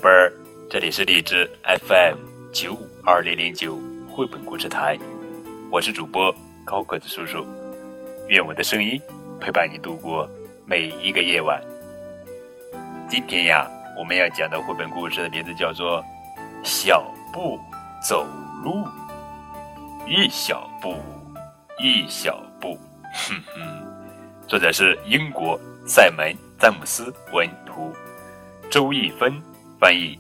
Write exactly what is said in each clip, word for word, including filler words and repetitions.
贝儿，这里是荔枝 F M 九五二零零九绘本故事台，我是主播高个子叔叔，愿我的声音陪伴你度过每一个夜晚。今天呀，我们要讲的绘本故事的名字叫做《小步走路》，一小步，一小步，哼哼。作者是英国塞门·詹姆斯文图，周一芬翻译。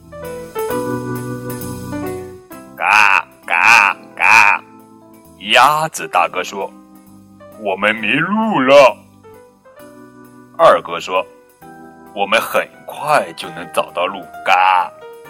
嘎嘎嘎！鸭子大哥说：“我们迷路了。”二哥说：“我们很快就能找到路。”嘎！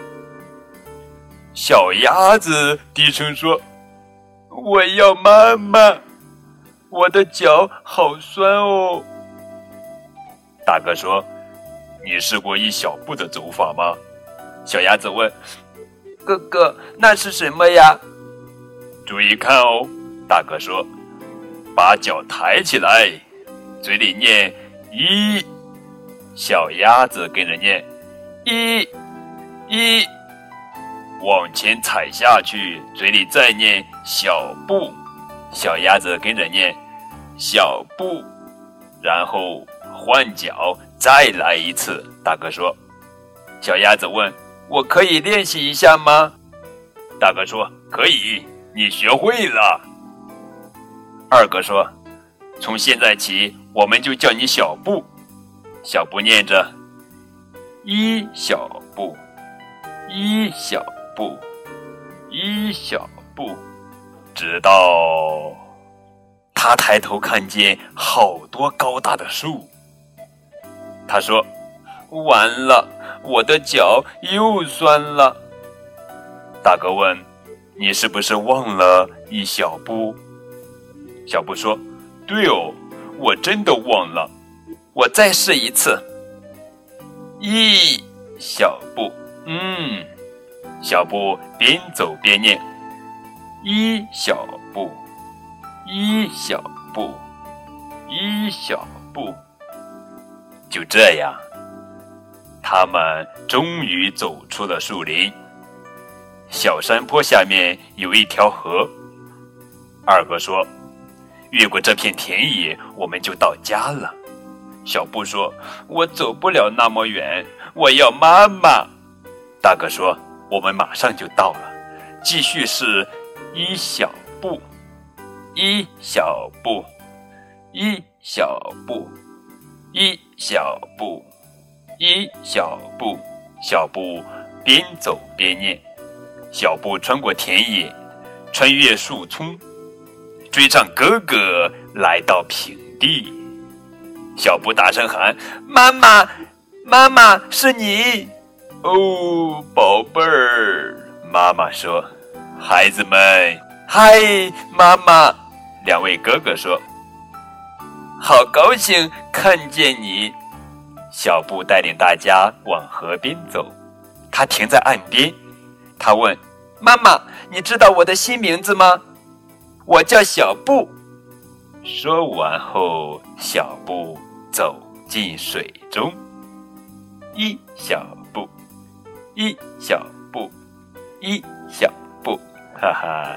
小鸭子低声说：“我要妈妈，我的脚好酸哦。”大哥说：“你试过一小步的走法吗？”小鸭子问：“哥哥，那是什么呀？”注意看哦，大哥说：“把脚抬起来，嘴里念一。”小鸭子跟着念一一，往前踩下去，嘴里再念小步。小鸭子跟着念小步，然后换脚再来一次。大哥说。小鸭子问：“我可以练习一下吗？”大哥说：“可以，你学会了。”二哥说：“从现在起，我们就叫你小步。”小步念着一小步，一小步，一小步，直到他抬头看见好多高大的树。他说：“完了，我的脚又酸了。”大哥问：“你是不是忘了一小步？”小步说：“对哦，我真的忘了，我再试一次。”一小步，嗯，小步边走边念一小步，一小步，一小步。就这样，他们终于走出了树林。小山坡下面有一条河。二哥说：“越过这片田野，我们就到家了。”小步说：“我走不了那么远，我要妈妈。”大哥说：“我们马上就到了。”继续是一小步，一小步，一小步，一小步，一小步。小步边走边念。小步穿过田野，穿越树丛，追上哥哥，来到平地。小步大声喊：“妈妈，妈妈，是你！”“哦，宝贝儿。”妈妈说。孩子们，嗨，妈妈！两位哥哥说：“好高兴看见你。”小步带领大家往河边走。他停在岸边，他问：“妈妈，你知道我的新名字吗？”“我叫小步。”说完后，小步走进水中。一小步，一小步，一小步，哈哈！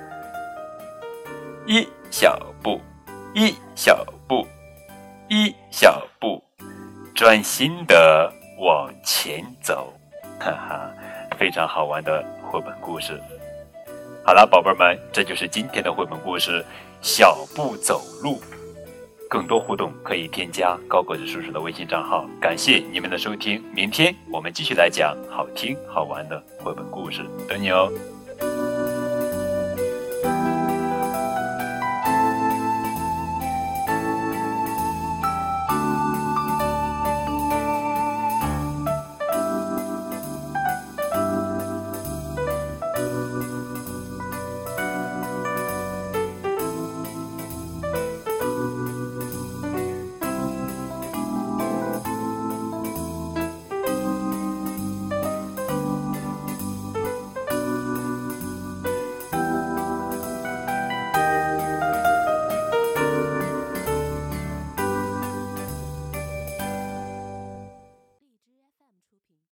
一小步，一小步，一小步，专心的往前走，哈哈！非常好玩的绘本故事。好了，宝贝们，这就是今天的绘本故事《小步走路》。更多互动可以添加高个子叔叔的微信账号。感谢你们的收听，明天我们继续来讲好听好玩的绘本故事，等你哦。